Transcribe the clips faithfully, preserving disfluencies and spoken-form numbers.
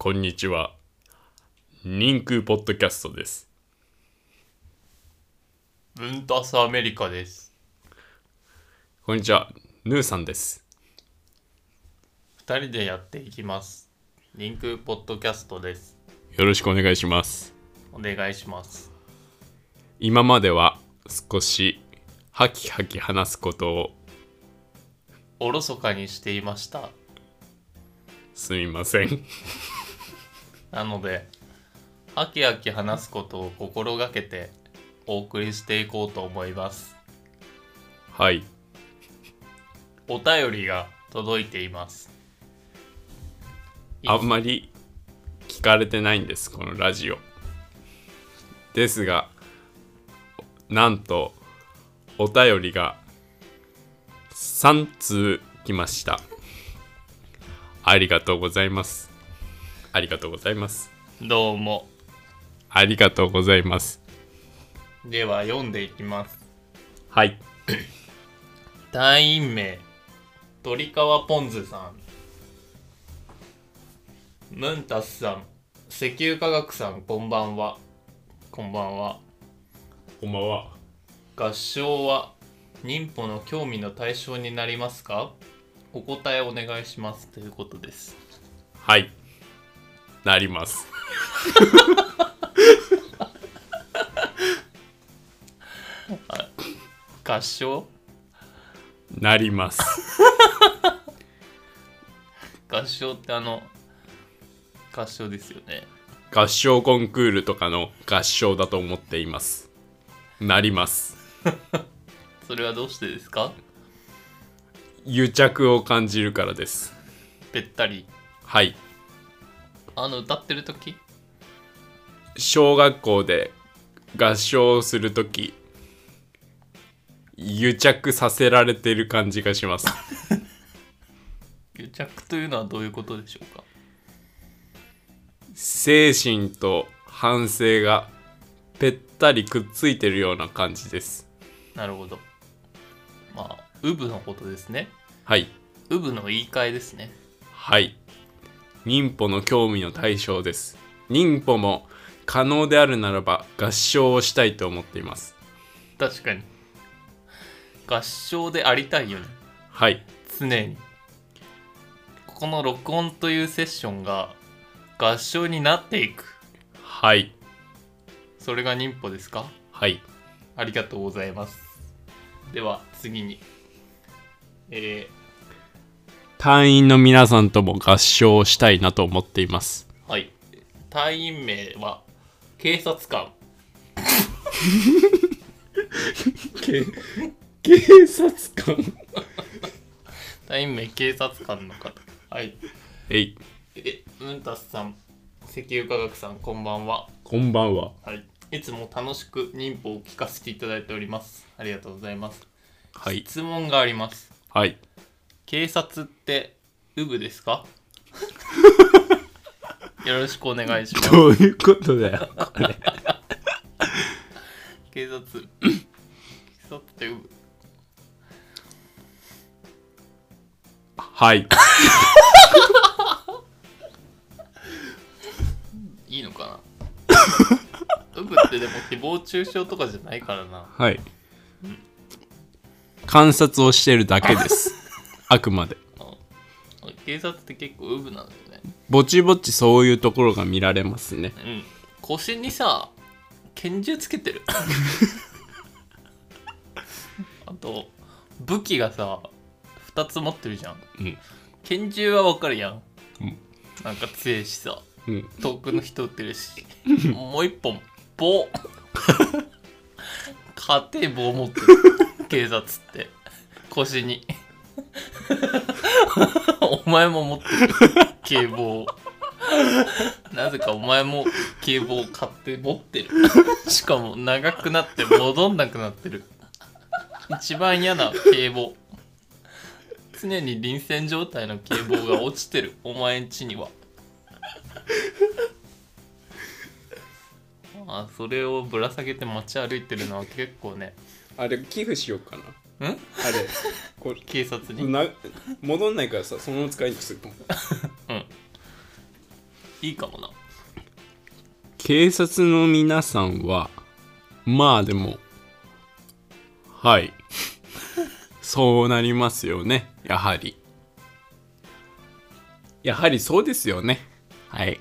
こんにちは。人空ポッドキャストです。 ブンタスアメリカです。 こんにちは。ヌーさんです。 二人でやっていきます。人空ポッドキャストです。 よろしくお願いします。 お願いします。 今までは少しハキハキ話すことをおろそかにしていました。 すみません。 なので、ハキハキ話すことを心がけてお送りしていこうと思います。 はい。 お便りが届いています。 あんまり聞かれてないんです、このラジオ。ですが、なんとお便りがさん通来ました。ありがとうございます。ありがとうございます。 どうも。 ありがとうございます。 では読んでいきます。 はい。 隊員名、鳥川ポンズさん。ムンタスさん、石油科学さん、こんばんは。こんばんは。 こんばんは。 合唱は妊婦の興味の対象になりますか？お答えお願いしますということです。 はい。なります。 合唱？ なります。 合唱ってあの合唱ですよね。 合唱コンクールとかの合唱だと思っています。なります。 それはどうしてですか？ 癒着を感じるからです。 ぺったり。 はい。 あの歌ってる時？ 小学校で合唱をするとき、癒着させられてる感じがします。 癒着というのはどういうことでしょうか？ 精神と反省がぺったりくっついてるような感じです。 なるほど。まあウブのことですね。 はい。 ウブの言い換えですね。 はい。妊婦の興味の対象です。妊婦も可能であるならば合唱をしたいと思っています。 確かに。合唱でありたいよね。 はい。 常に。ここの録音というセッションが合唱になっていく。 はい。 それが妊婦ですか？ はい。 ありがとうございます。では次に、え隊員の皆さんとも合唱をしたいなと思っています。 ー、はい。隊員名は警察官。 け警察官。 隊員名警察官の方。はい。 えい。 え、ムンタスさん、石油科学さん、こんばんは。 こんばんは。 はい。いつも楽しく妊婦を聞かせていただいております。ありがとうございます。 はい。 質問があります。 はい。 警察ってウブですか？よろしくお願いします。 どういうことだよ、これ。 警察。警察ってウブ。 はい。 いいのかな？ウブってでも誹謗中傷とかじゃないからな。 はい。観察をしてるだけです。あくまで。 警察って結構ウブなんだよね。 ぼちぼちそういうところが見られますね。 うん。腰にさ、拳銃つけてる。あと武器がさふたつ持ってるじゃん。 うん。 拳銃はわかるやん。 うん。 なんか強いしさ。 うん。 遠くの人撃ってるし。もう一本棒。家庭棒持ってる。警察って腰に。お前も持ってる警棒。なぜかお前も警棒を買って持ってる。しかも長くなって戻んなくなってる。一番嫌な警棒。常に臨戦状態の警棒が落ちてるお前んちには。あ、それをぶら下げて街歩いてるのは結構ね。 あれ寄付しようかな。 ん？あれこれ警察にな戻んないからさ、そのまま使いにすると。 うん。 いいかもな。 警察の皆さんはまあでもはいそうなりますよね。やはりやはりそうですよね。はい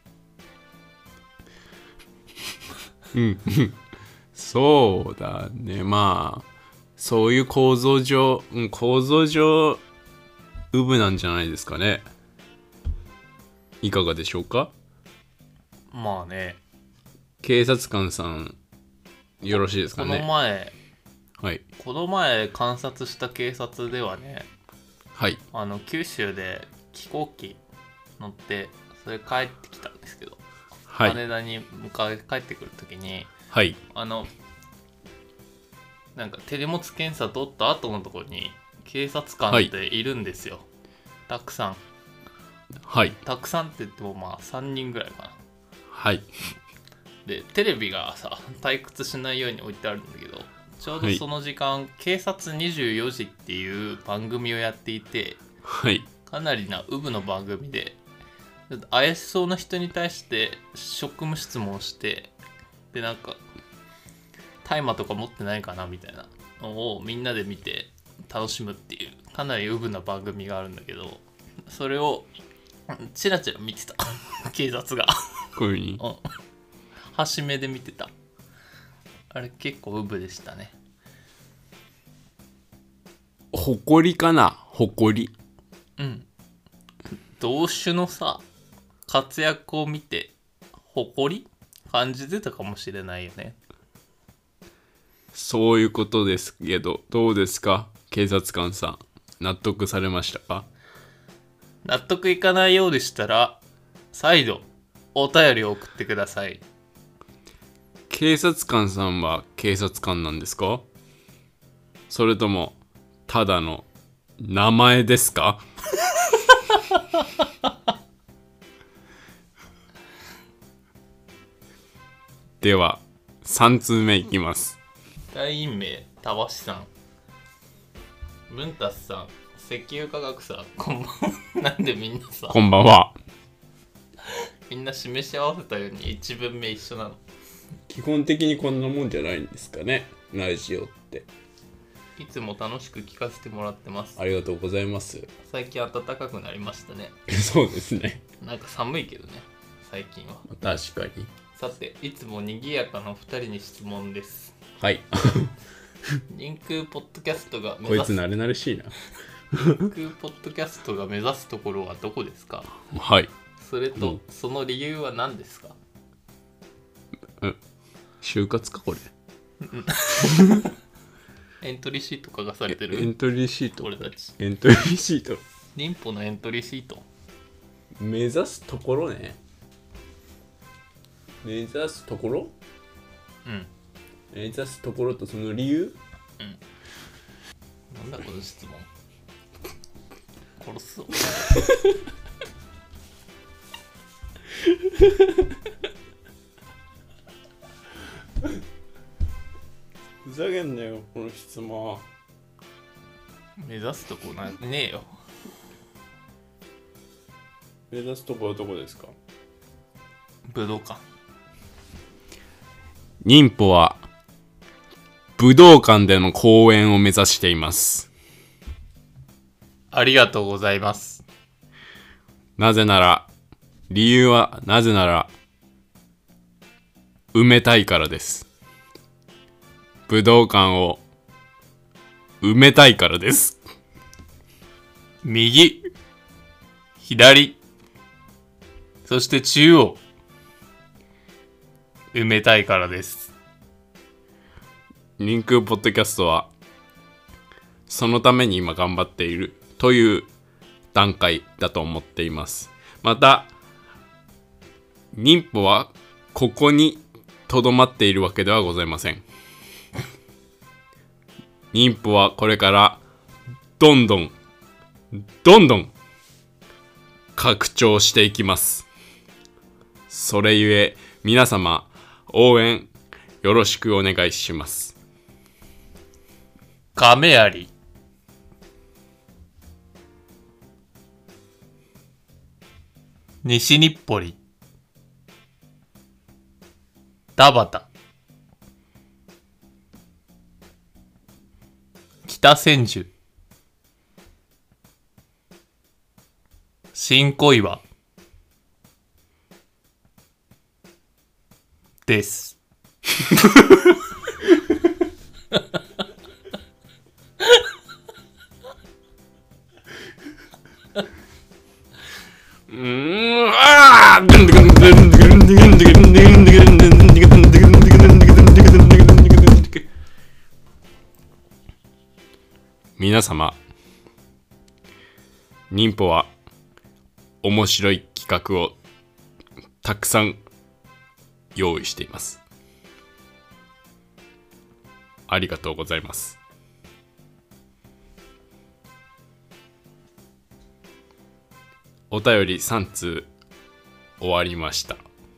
うんそうだね。まあそういう構造上、うん、構造上ウブなんじゃないですかね。いかがでしょうか。 まあね、 警察官さんよろしいですかね。 この前はいこの前観察した警察ではね、 はいあの九州で飛行機乗ってそれ帰ってきたんですけど、 はい羽田に向かい帰ってくるときに、 はいあのなんか手荷物検査取った後のところに警察官っているんですよ、はい、たくさんはいたくさんって言ってもまあさんにんぐらいかな。 はいでテレビがさ退屈しないように置いてあるんだけど、ちょうどその時間、はい、警察にじゅうよじっていう番組をやっていて、 はい、 かなりなウブの番組で怪しそうな人に対して職務質問して、でなんか大麻とか持ってないかなみたいなのをみんなで見て楽しむっていうかなりウブな番組があるんだけど、それをチラチラ見てた警察がこういう風に、 うん、端目で見てた。あれ結構ウブでしたね。 誇りかな、誇り。 うん。同種のさ活躍を見て誇り感じてたかもしれないよね。 そういうことですけど、どうですか警察官さん、納得されましたか。 納得いかないようでしたら再度お便りを送ってください。 警察官さんは警察官なんですか、それともただの名前ですかではさん通目いきます。 隊員名たわしさん、ムンタスさん、石油科学さん、こんばんは。なんでみんなさこんばんは。 みんな示し合わせたように一文目一緒なの。 基本的にこんなもんじゃないんですかね、ラジオって。 いつも楽しく聞かせてもらってます。 ありがとうございます。 最近暖かくなりましたね。 そうですね。 なんか寒いけどね最近は。 確かに。 さて、いつも賑やかなふたりに質問です。 はい人空ポッドキャストが目こい指すつ慣れ慣れしいな。 人空ポッドキャストが目指すところはどこですか。 はい。 それと、 うんその理由は何ですか。 就活かこれ。 エントリーシート書かされてる。 エントリーシート。 俺たちエントリーシート。 忍法のエントリーシート。 目指すところね。目指すところうん。 目指すところとその理由。 なんだこの質問。殺すぞ。 ふざけんなよこの質問。 目指すとこなねえよ。 目指すところはどこですか。 武道館。 忍法は武道館での公演を目指しています。 ありがとうございます。 なぜなら、理由はなぜなら埋めたいからです。武道館を埋めたいからです。 右、左、そして中央、埋めたいからです。 人空ポッドキャストはそのために今頑張っているという段階だと思っています。また忍法はここにとどまっているわけではございません。忍法はこれからどんどんどんどん拡張していきます。それゆえ皆様応援よろしくお願いします。 亀有、西日暮里。 田畑、北千住、新小岩です。 うーん、あー皆様、忍法は面白い企画をたくさん用意しています。ありがとうございます。お便りさん通終わりました。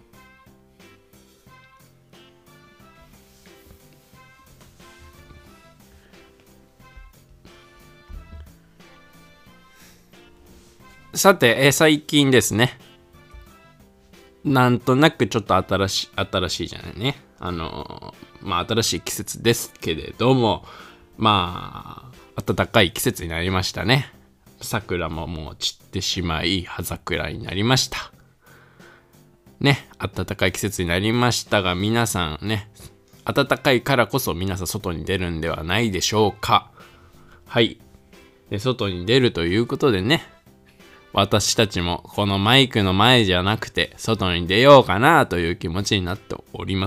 さて、え最近ですね、なんとなくちょっと新しい新しいじゃないね、あのまあ新しい季節ですけれども、まあ暖かい季節になりましたね。桜ももう散ってしまい葉桜になりましたね。暖かい季節になりましたが、皆さんね、暖かいからこそ皆さん外に出るんではないでしょうか。はい。で、外に出るということでね、私たちもこのマイクの前じゃなくて外に出ようかなという気持ちになっております。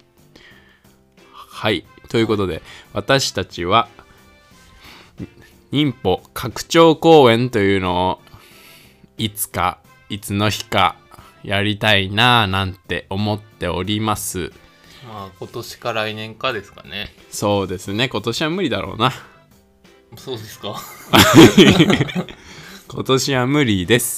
はい。ということで、私たちは忍法拡張公演というのをいつかいつの日かやりたいなぁなんて思っております。 まあ今年か来年かですかね。 そうですね、今年は無理だろうな。 そうですか。 今年は無理です。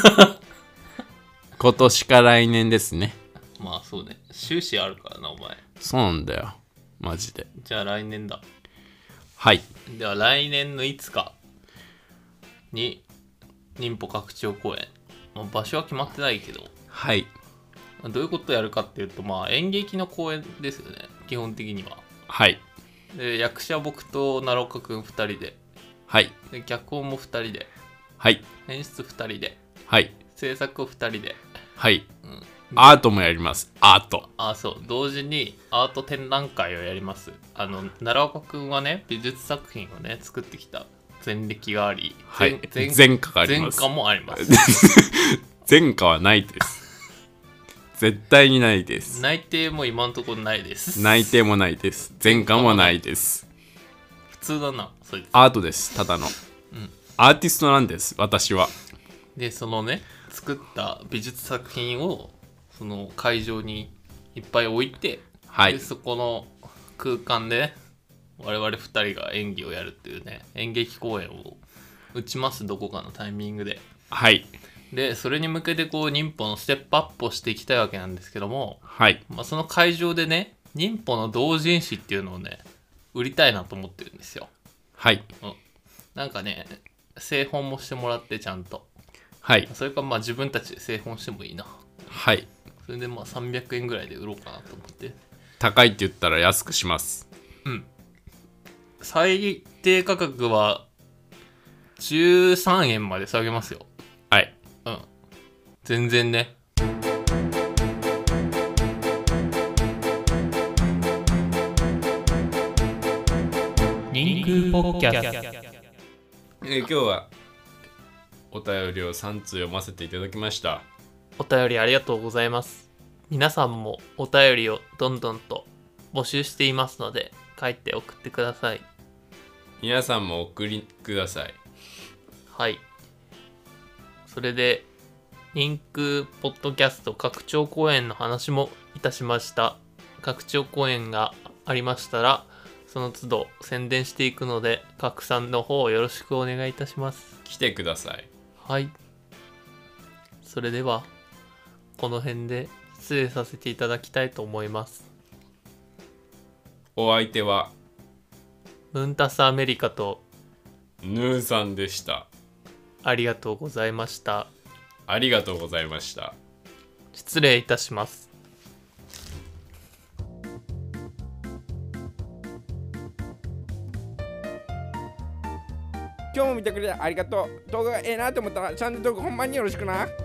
今年か来年ですね。 まあそうね、収支あるからなお前。 そうなんだよ、マジで。 じゃあ来年だ。 はい。 では来年のいつかに忍法拡張公演、まあ、場所は決まってないけど、 はい。 どういうことをやるかっていうと、まあ演劇の公演ですよね、基本的には。 はい。 で、役者僕と奈良岡くんふたりで、 はい。 で脚本もふたりで、 はい。 演出ふたりで、 はい。 制作ふたりで、 はい。 うん、 アートもやります。アート。 あ、そう、同時にアート展覧会をやります。あの奈良岡くんはね、美術作品をね作ってきた前歴があり、 はい。 前前科があります。 前科もあります。 前科はないです。絶対にないです。 内定も今のところないです。 内定もないです。前科もないです。 普通だな、そいつ。 アートです。ただの、うん、アーティストなんです、私は。 で、そのね、作った美術作品をその会場にいっぱい置いて、 はい、 でそこの空間で我々ふたりが演技をやるっていうね、演劇公演を打ちます、どこかのタイミングで。 はい。 でそれに向けてこう忍法のステップアップをしていきたいわけなんですけども、 はい、 まあ、その会場でね、忍法の同人誌っていうのをね売りたいなと思ってるんですよ。 はい、 うん、なんかね、製本もしてもらって、ちゃんと。 はい。 それかまあ自分たちで製本してもいいな。 はい。 それでまあさんびゃくえんぐらいで売ろうかなと思って。 高いって言ったら安くします。 うん。最低価格はじゅうさんえんまで下げますよ。 はい。 うん。全然ね。人空ポッキャス。 えー、今日はお便りをさん通読ませていただきました。 お便りありがとうございます。皆さんもお便りをどんどんと募集していますので、書いて送ってください。 皆さんも送りください。 はい。それで、人空ポッドキャスト拡張公演の話もいたしました。拡張公演がありましたら、その都度宣伝していくので、拡散の方よろしくお願いいたします。 来てください。 はい。それでは、この辺で失礼させていただきたいと思います。 お相手はムンタスアメリカとヌーさんでした。 ありがとうございました。 ありがとうございました。 失礼いたします。 今日も見てくれてありがとう。動画がええなと思ったらチャンネル登録ほんまによろしくな。